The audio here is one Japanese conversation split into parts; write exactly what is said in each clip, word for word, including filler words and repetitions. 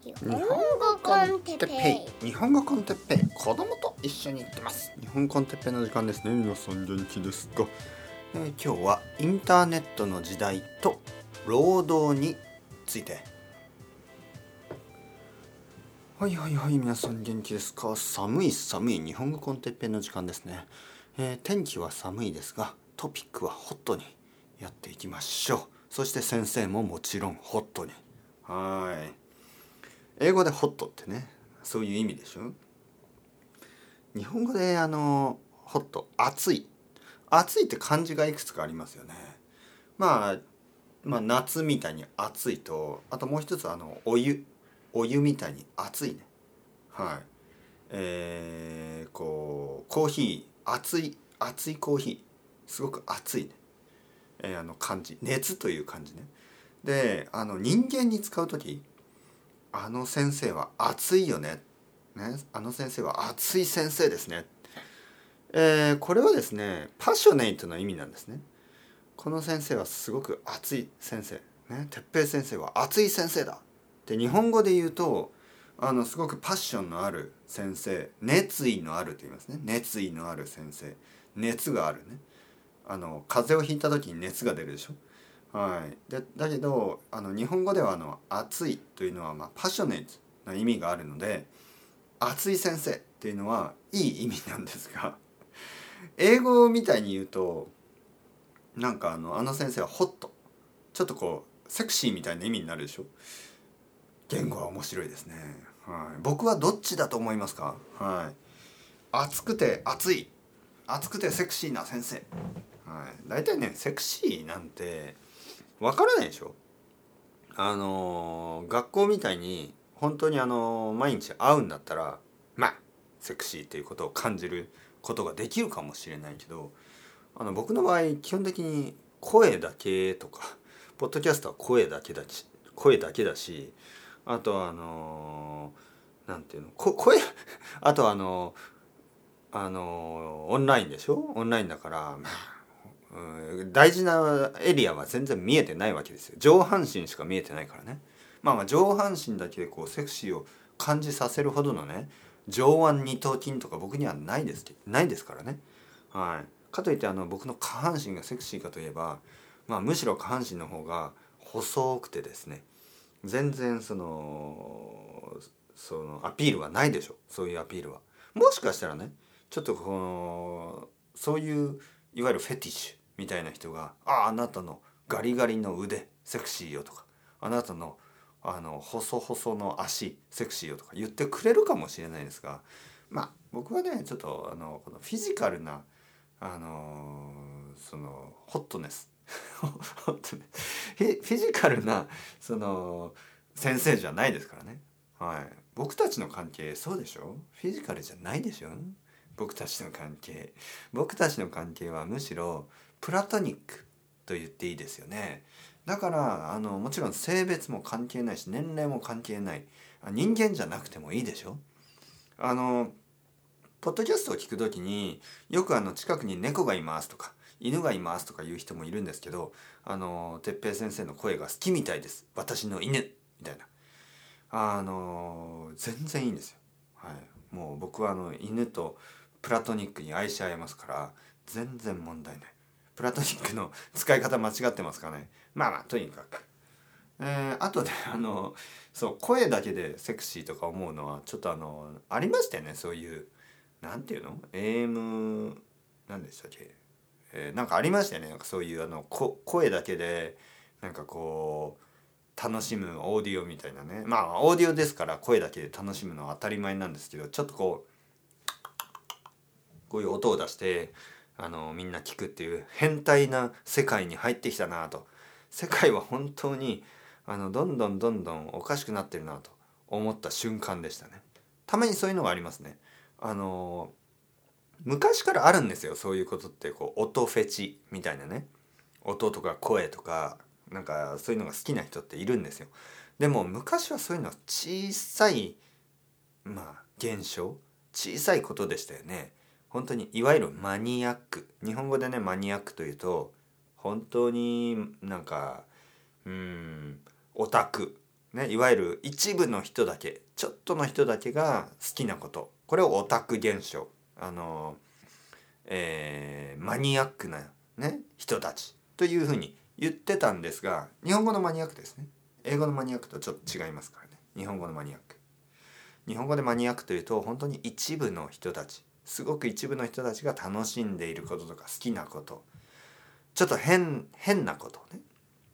日本語コンテッペイ日本語コンテッペイ子供と一緒に行ってます。日本コンテッペイの時間ですね。皆さん元気ですか？えー、今日はインターネットの時代と労働について。はいはいはい、皆さん元気ですか？寒い寒い日本語コンテッペイの時間ですね。えー、天気は寒いですがトピックはホットにやっていきましょう。そして先生ももちろんホットに。はい、英語でホットってね、そういう意味でしょ。日本語であのホット、暑い暑いって漢字がいくつかありますよね。まあまあ夏みたいに暑いと、あともう一つあのお湯お湯みたいに熱いね。はい。えー、こうコーヒー、熱い熱いコーヒー、すごく熱いね。えー、あの漢字、熱という漢字ね。で、あの人間に使うとき、あの先生は熱いよね。ね、あの先生は熱い先生ですね。えー、これはですね、パッショネイトの意味なんですね。この先生はすごく熱い先生。ね、哲平先生は熱い先生だ。で、日本語で言うと、あのすごくパッションのある先生、熱意のあると言いますね。熱意のある先生、熱があるね。あの風邪をひいた時に熱が出るでしょ。はい、でだけどあの日本語ではあの熱いというのは、まあ、パッショネイトな意味があるので、熱い先生っていうのはいい意味なんですが、英語みたいに言うとなんかあのあの先生はホット、ちょっとこうセクシーみたいな意味になるでしょ。言語は面白いですね。はい、僕はどっちだと思いますか？はい、熱くて熱い、熱くてセクシーな先生。はい、大体ねセクシーなんてわからないでしょ。あの学校みたいに本当にあの毎日会うんだったら、まあセクシーということを感じることができるかもしれないけど、あの僕の場合基本的に声だけとか、ポッドキャストは声だけだし声だけだし、あとはあのなんていうの、こ声あとはあのあのオンラインでしょ。オンラインだから、まあうん、大事なエリアは全然見えてないわけですよ。上半身しか見えてないからね。まあまあ上半身だけでこうセクシーを感じさせるほどのね、上腕二頭筋とか僕にはないですないですからね。はい。かといってあの僕の下半身がセクシーかといえば、まあむしろ下半身の方が細くてですね、全然そのそのアピールはないでしょ。そういうアピールは。もしかしたらね、ちょっとこのそういういわゆるフェティッシュみたいな人が、ああ、あなたのガリガリの腕セクシーよとか、あなたのあの細細の足セクシーよとか言ってくれるかもしれないですが、まあ僕はねちょっとあのこのフィジカルなあのそのホットネスホットネスフィフィジカルなその先生じゃないですからね。はい、僕たちの関係そうでしょ。フィジカルじゃないでしょ。僕たちの関係僕たちの関係はむしろプラトニックと言っていいですよね。だからあのもちろん性別も関係ないし年齢も関係ない、人間じゃなくてもいいでしょ。あのポッドキャストを聞くときによくあの近くに猫がいますとか犬がいますとか言う人もいるんですけど、あの哲平先生の声が好きみたいです、私の犬みたいな、あの全然いいんですよ。はい、もう僕はあの犬とプラトニックに愛し合えますから全然問題ない。プラトニックの使い方間違ってますかね。まあまあとにかく、えー、あとであのそう声だけでセクシーとか思うのはちょっとあのありましたよね。そういうなんていうの エーエム なんでしたっけ、えー、なんかありましたよね。なんかそういうあのこ声だけでなんかこう楽しむオーディオみたいなね。まあオーディオですから声だけで楽しむのは当たり前なんですけど、ちょっとこうこういう音を出してあのみんな聞くっていう変態な世界に入ってきたなと。世界は本当にあのどんどんどんどんおかしくなってるなと思った瞬間でしたね。たまにそういうのがありますね。あの昔からあるんですよ、そういうことって。こう音フェチみたいなね、音とか声とかなんかそういうのが好きな人っているんですよ。でも昔はそういうのは小さい、まあ現象、小さいことでしたよね。本当にいわゆるマニアック、日本語でねマニアックというと本当になんかうーんオタクね、いわゆる一部の人だけ、ちょっとの人だけが好きなこと、これをオタク現象、あの、えー、マニアックな、ね、人たちというふうに言ってたんですが、日本語のマニアックですね。英語のマニアックとちょっと違いますからね。日本語のマニアック。日本語でマニアックというと本当に一部の人たち、すごく一部の人たちが楽しんでいることとか好きなこと、ちょっと変変なことね。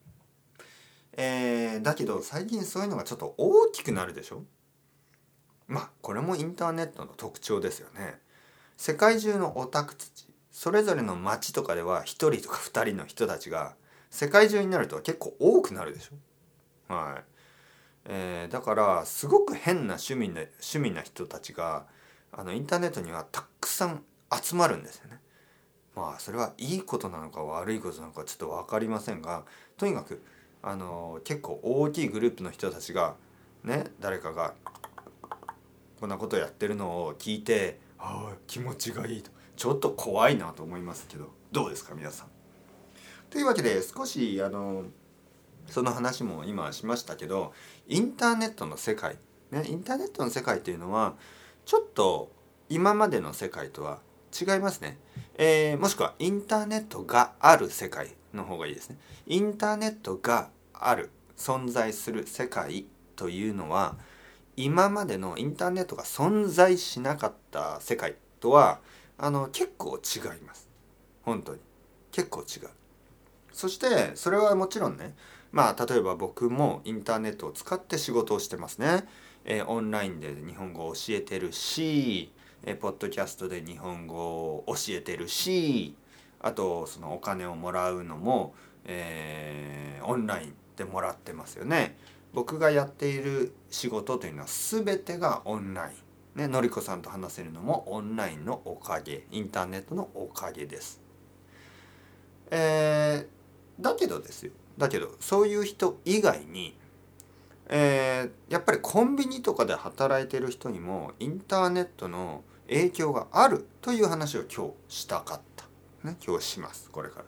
えー、だけど最近そういうのがちょっと大きくなるでしょ。まあこれもインターネットの特徴ですよね。世界中のオタクたち、それぞれの街とかでは一人とか二人の人たちが世界中になると結構多くなるでしょ。はい。えー、だからすごく変な趣味な趣味な人たちがあのインターネットにはたくさん集まるんですよね。まあそれはいいことなのか悪いことなのかちょっと分かりませんが、とにかくあの結構大きいグループの人たちがね、誰かがこんなことをやってるのを聞いて、ああ気持ちがいいと、ちょっと怖いなと思いますけど、どうですか皆さん。というわけで少しあのその話も今しましたけど、インターネットの世界、ね、インターネットの世界というのはちょっと今までの世界とは違いますね。えー、もしくはインターネットがある世界の方がいいですね。インターネットがある、存在する世界というのは今までのインターネットが存在しなかった世界とはあの結構違います。本当に結構違う。そしてそれはもちろんね、まあ例えば僕もインターネットを使って仕事をしてますね。えー、オンラインで日本語を教えてるし、えー、ポッドキャストで日本語を教えてるし、あとそのお金をもらうのも、えー、オンラインでもらってますよね。僕がやっている仕事というのは全てがオンライン。ね、のりこさんと話せるのもオンラインのおかげ、インターネットのおかげです。えー、だけどですよ。だけどそういう人以外に、えー、やっぱりコンビニとかで働いてる人にもインターネットの影響があるという話を今日したかった。ね、今日します。これから。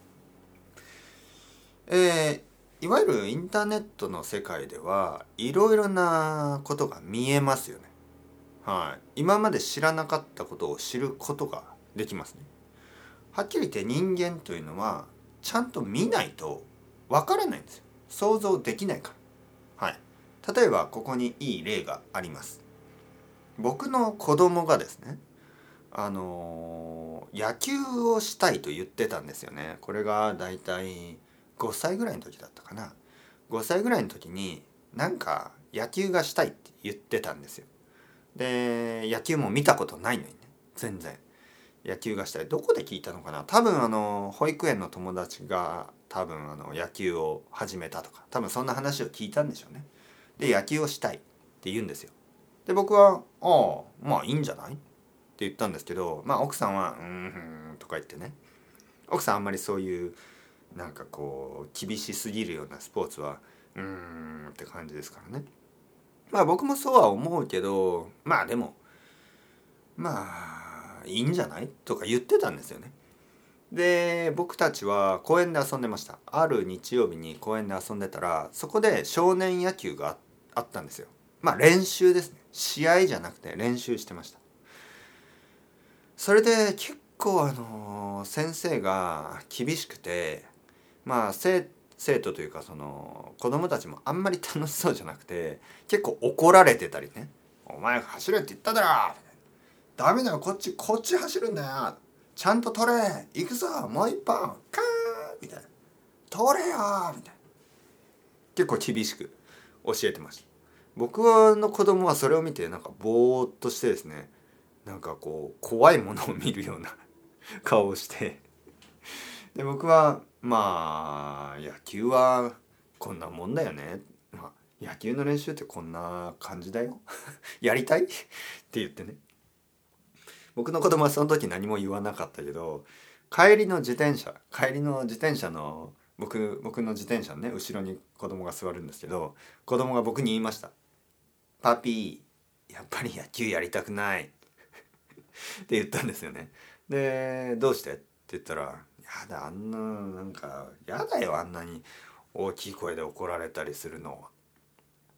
えー、いわゆるインターネットの世界ではいろいろなことが見えますよね。はい。今まで知らなかったことを知ることができますね。はっきり言って人間というのはちゃんと見ないとわからないんですよ。想像できないから。はい。例えばここにいい例があります。僕の子供がですね、あのー、野球をしたいと言ってたんですよね。これがだいたいごさいぐらいの時だったかな。ごさいぐらいの時になんか野球がしたいって言ってたんですよ。で、野球も見たことないのにね、全然。野球がしたい。どこで聞いたのかな。多分あの保育園の友達が多分あの野球を始めたとか、多分そんな話を聞いたんでしょうね。で、野球をしたいって言うんですよ。で、僕は「ああまあいいんじゃない」って言ったんですけど、まあ奥さんは「うーん」とか言ってね。奥さんあんまりそういうなんかこう厳しすぎるようなスポーツは「うーん」って感じですからね。まあ僕もそうは思うけど、まあでもまあいいんじゃないとか言ってたんですよね。で、僕たちは公園で遊んでました。ある日曜日に公園で遊んでたら、そこで少年野球があったんですよ。まあ練習ですね。試合じゃなくて練習してました。それで結構あの先生が厳しくて、まあ生生徒というかその子供たちもあんまり楽しそうじゃなくて、結構怒られてたりね。お前走れって言っただろ、ダメだよ、こっちこっち走るんだよ、ちゃんと取れ、行くぞ、もう一本カーンみたいな、取れよみたいな、結構厳しく教えてました。僕の子供はそれを見てなんかぼーっとしてですね、なんかこう怖いものを見るような顔をして、で僕はまあ野球はこんなもんだよね、まあ、野球の練習ってこんな感じだよやりたいって言ってね。僕の子供はその時何も言わなかったけど、帰りの自転車帰りの自転車の僕僕の自転車のね後ろに子供が座るんですけど、子供が僕に言いました。パピー、やっぱり野球やりたくないって言ったんですよね。で、どうしてって言ったら、やだ、あんななんかやだよ、あんなに大きい声で怒られたりするの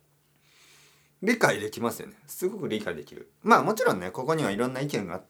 理解できますよね。すごく理解できる。まあもちろんねここにはいろんな意見があって、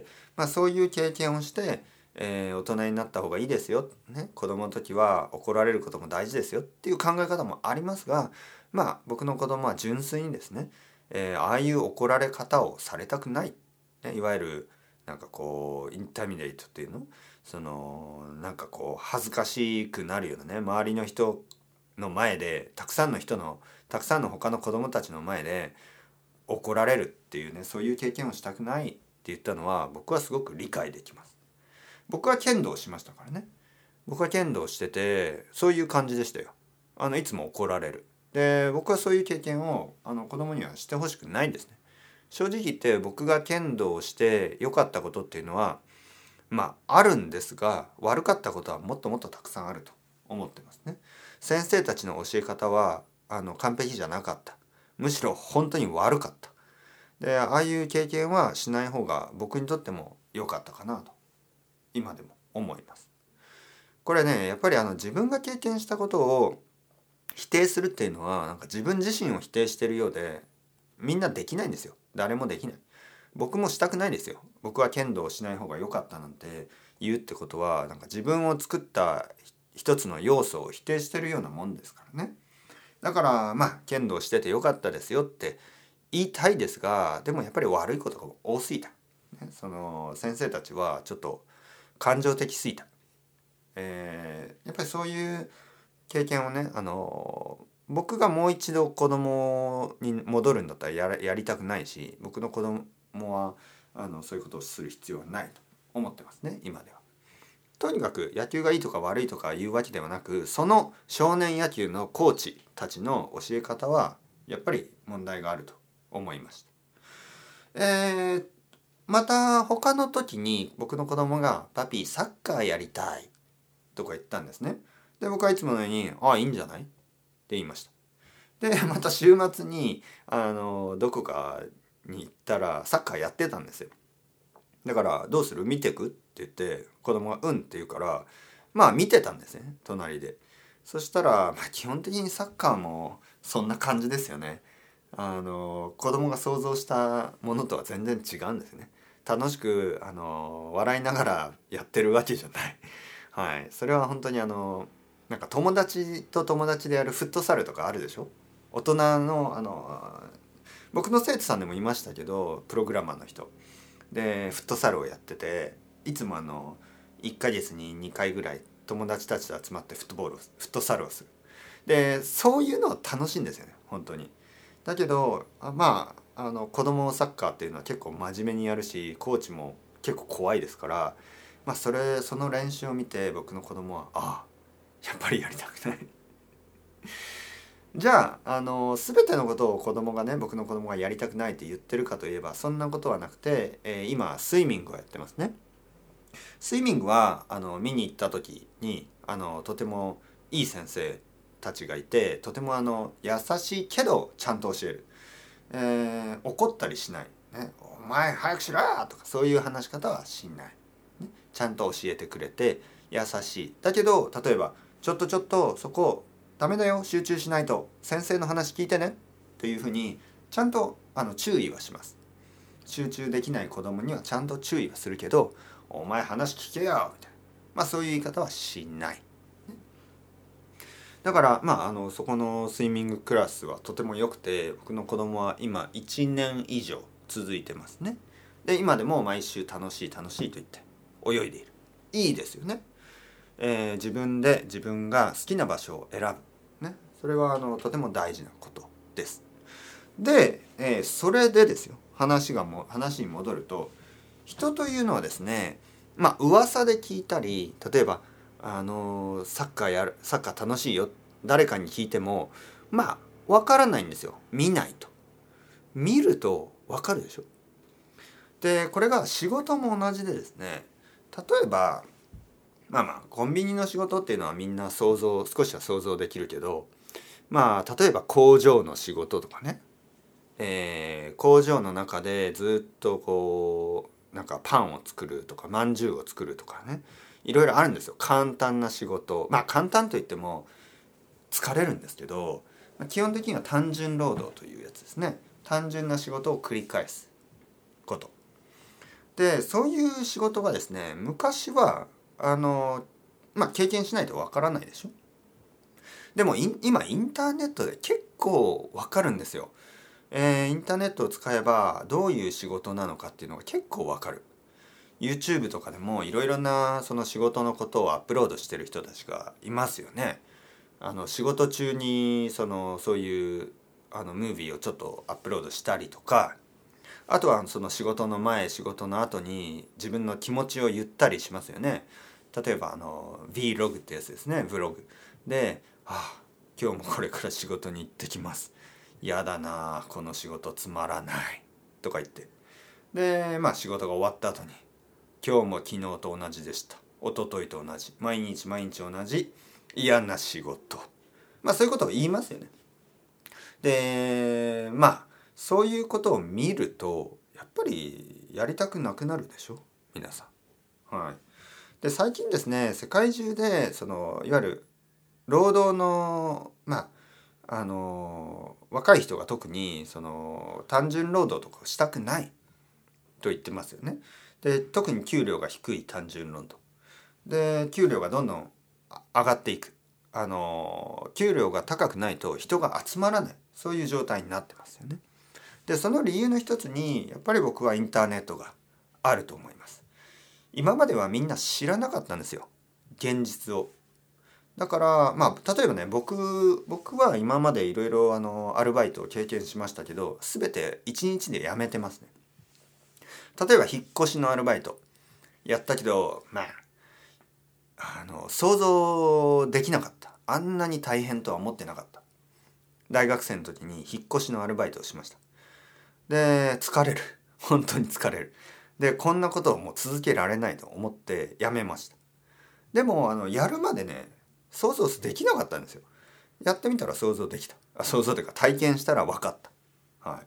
まあ、そういう経験をして、えー、大人になった方がいいですよ、ね、子供の時は怒られることも大事ですよっていう考え方もありますが、まあ僕の子供は純粋にですね、えー、ああいう怒られ方をされたくない、ね、いわゆるなんかこうインタミネイトっていうのそのなんかこう恥ずかしくなるようなね周りの人の前でたくさんの人のたくさんの他の子供たちの前で怒られるっていうねそういう経験をしたくないって言ったのは僕はすごく理解できます。僕は剣道しましたからね。僕は剣道しててそういう感じでしたよ。あのいつも怒られる。で僕はそういう経験をあの子供にはしてほしくないんですね。正直言って僕が剣道をして良かったことっていうのはまああるんですが悪かったことはもっともっとたくさんあると思ってますね。先生たちの教え方はあの完璧じゃなかった。むしろ本当に悪かった。でああいう経験はしない方が僕にとっても良かったかなと今でも思います。これねやっぱりあの自分が経験したことを否定するっていうのはなんか自分自身を否定してるようでみんなできないんですよ。誰もできない。僕もしたくないですよ。僕は剣道をしない方が良かったなんて言うってことはなんか自分を作った一つの要素を否定してるようなもんですからね。だからまあ剣道してて良かったですよって言いたいですがでもやっぱり悪いことが多すぎた、ね、その先生たちはちょっと感情的すぎた、えー、やっぱりそういう経験をねあの僕がもう一度子供に戻るんだったらやらやりたくないし僕の子供はあのそういうことをする必要はないと思ってますね今では。とにかく野球がいいとか悪いとかいうわけではなくその少年野球のコーチたちの教え方はやっぱり問題があると思いました。えー、また他の時に僕の子供が「パピーサッカーやりたい」とか言ったんですね。で僕はいつものように「ああいいんじゃない?」って言いました。でまた週末にあのどこかに行ったらサッカーやってたんですよ。だから「どうする見てく?」って言って子供が「うん」って言うからまあ見てたんですね隣で。そしたら、まあ、基本的にサッカーもそんな感じですよね。あの子供が想像したものとは全然違うんですね。楽しくあの笑いながらやってるわけじゃない。はい、それは本当にあのなんか友達と友達でやるフットサルとかあるでしょ。大人のあの僕の生徒さんでもいましたけどプログラマーの人でフットサルをやってていつもあのいっかげつににかいぐらい友達たちと集まってフットボールをフットサルをする。でそういうのは楽しいんですよね本当に。だけどまああの子供サッカーっていうのは結構真面目にやるしコーチも結構怖いですから、まあ、それその練習を見て僕の子供はああやっぱりやりたくないじゃあ、あの全てのことを子供がね僕の子供がやりたくないって言ってるかといえばそんなことはなくて、えー今スイミングをやってますね。スイミングはあの見に行った時にあのとてもいい先生たちがいてとてもあの優しいけどちゃんと教える、えー怒ったりしない、ね、お前早くしろとかそういう話し方はしない、ね、ちゃんと教えてくれて優しい。だけど例えばちょっとちょっとそこダメだよ集中しないと先生の話聞いてねというふうにちゃんとあの注意はします。集中できない子供にはちゃんと注意はするけどお前話聞けよみたいな、まあそういう言い方はしない。だからまああのそこのスイミングクラスはとても良くて僕の子供は今いちねん以上続いてますね。で今でも毎週楽しい楽しいと言って泳いでいる。いいですよね。えー自分で自分が好きな場所を選ぶ、ね、それはあのとても大事なことです。で、えーそれでですよ話がも話に戻ると人というのはですねまあ噂で聞いたり例えばあのーサッカーやるサッカー楽しいよ誰かに聞いてもまあわからないんですよ。見ないと。見るとわかるでしょ。でこれが仕事も同じでですね例えばまあまあコンビニの仕事っていうのはみんな想像少しは想像できるけどまあ例えば工場の仕事とかね、えー工場の中でずっとこうなんかパンを作るとかまんじゅうを作るとかねいろいろあるんですよ。簡単な仕事まあ簡単といっても疲れるんですけど基本的には単純労働というやつですね。単純な仕事を繰り返すことで、そういう仕事がですね、昔はあのまあ経験しないとわからないでしょ。でも今インターネットで結構わかるんですよ。えー、インターネットを使えばどういう仕事なのかっていうのが結構わかる。 YouTube とかでもいろいろなその仕事のことをアップロードしてる人たちがいますよね。あの仕事中にそのそういうあのムービーをちょっとアップロードしたりとか、あとはその仕事の前仕事の後に自分の気持ちを言ったりしますよね。例えばあの Vlog ってやつですね。ブログで、はあ、今日もこれから仕事に行ってきます、やだなこの仕事つまらないとか言って、でまあ仕事が終わった後に、今日も昨日と同じでした、一昨日と同じ、毎日毎日同じ嫌な仕事、まあそういうことを言いますよね。でまあそういうことを見るとやっぱりやりたくなくなるでしょ皆さん。はい。で最近ですね、世界中でそのいわゆる労働のまああの若い人が特にその単純労働とかしたくないと言ってますよね。で特に給料が低い単純労働で、給料がどんどん上がっていく、あの給料が高くないと人が集まらない、そういう状態になってますよね。でその理由の一つにやっぱり僕はインターネットがあると思います。今まではみんな知らなかったんですよ、現実を。だからまあ例えばね、僕僕は今までいろいろあのアルバイトを経験しましたけど、全ていちにちで辞めてますね。例えば引っ越しのアルバイトやったけど、まああの想像できなかった、あんなに大変とは思ってなかった。大学生の時に引っ越しのアルバイトをしました。で疲れる、本当に疲れる。でこんなことをもう続けられないと思って辞めました。でもあのやるまでね想像できなかったんですよ。やってみたら想像できた。あ想像というか体験したら分かった。はい。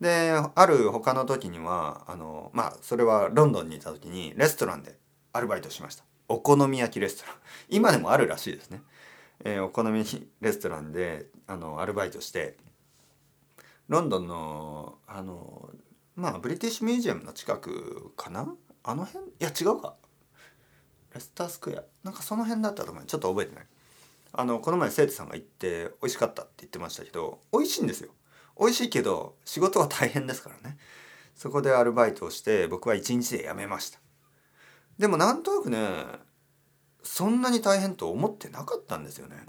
である他の時にはあのまあそれはロンドンにいた時にレストランでアルバイトしました。お好み焼きレストラン、今でもあるらしいですね。えー、お好み焼きレストランであのアルバイトして、ロンドンのあのまあブリティッシュミュージアムの近くかな、あの辺、いや違うか、レスタースクエアなんかその辺だったと思う、ちょっと覚えてない。あのこの前生徒さんが行って美味しかったって言ってましたけど、美味しいんですよ。美味しいけど仕事は大変ですからね。そこでアルバイトをして僕はいちにちで辞めました。でもなんとなくねそんなに大変と思ってなかったんですよね。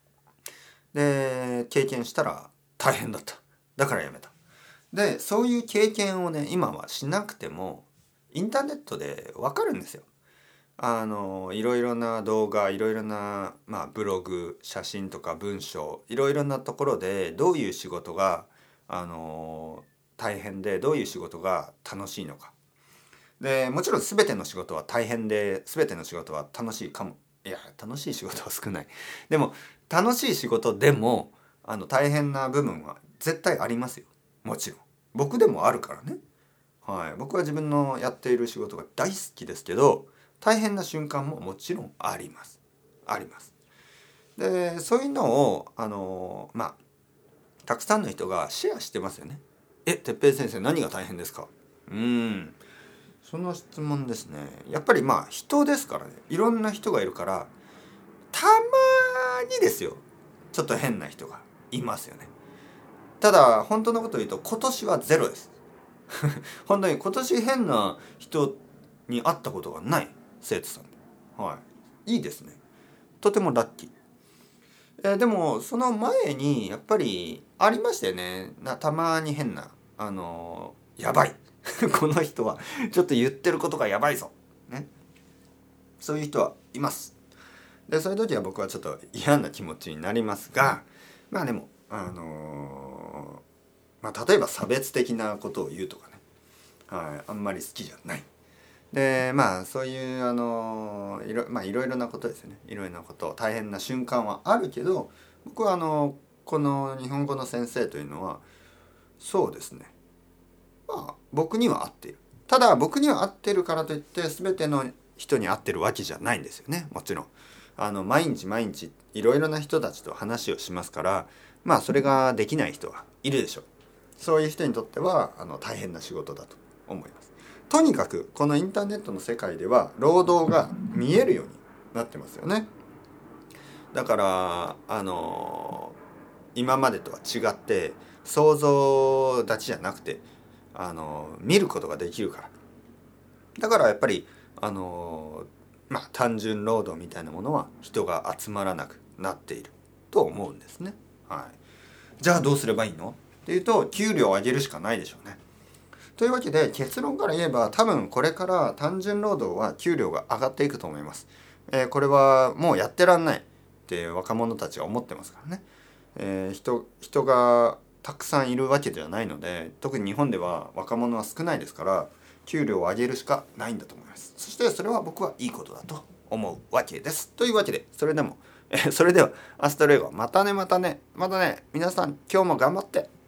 で経験したら大変だった、だから辞めた。でそういう経験をね今はしなくてもインターネットでわかるんですよ。あのいろいろな動画、いろいろな、まあ、ブログ、写真とか文章、いろいろなところでどういう仕事があの大変でどういう仕事が楽しいのか。でもちろん全ての仕事は大変で全ての仕事は楽しいかも、いや楽しい仕事は少ない。でも楽しい仕事でもあの大変な部分は絶対ありますよ。もちろん僕でもあるからね。はい、僕は自分のやっている仕事が大好きですけど大変な瞬間ももちろんありますあります。でそういうのをあのまあたくさんの人がシェアしてますよね。え、てっぺい先生何が大変ですか。うーんその質問ですね。やっぱりまあ人ですからね、いろんな人がいるからたまにですよちょっと変な人がいますよね。ただ本当のことを言うと今年はゼロです本当に今年変な人に会ったことがない生徒さんで、はい、いいですね。とてもラッキー。えー、でもその前にやっぱりありましたよね。なたまに変なあのー、やばいこの人はちょっと言ってることがやばいぞ、ね、そういう人はいます。でそういう時は僕はちょっと嫌な気持ちになりますが、まあでもあのー、まあ例えば差別的なことを言うとかね、はい、あんまり好きじゃない。でまあそういうあのいろ、まあ、いろいろなことですよね。いろいろなこと大変な瞬間はあるけど、僕はあのこの日本語の先生というのはそうですね、まあ僕には合っている。ただ僕には合ってるからといって全ての人に合ってるわけじゃないんですよね。もちろんあの毎日毎日いろいろな人たちと話をしますから、 まあそれができない人はいるでしょう。そういう人にとってはあの大変な仕事だと思います。とにかくこのインターネットの世界では労働が見えるようになってますよね。だからあの今までとは違って想像立ちじゃなくてあの見ることができるから。だからやっぱりあのまあ単純労働みたいなものは人が集まらなくなっていると思うんですね。はい。じゃあどうすればいいのっていうと、給料を上げるしかないでしょうね。というわけで結論から言えば多分これから単純労働は給料が上がっていくと思います。えー、これはもうやってらんないって若者たちは思ってますからね。えー、人人がたくさんいるわけではないので、特に日本では若者は少ないですから給料を上げるしかないんだと思います。そしてそれは僕はいいことだと思うわけです。というわけでそれでも、えー、それではアストレイゴまたねまたねまたね皆さん今日も頑張って。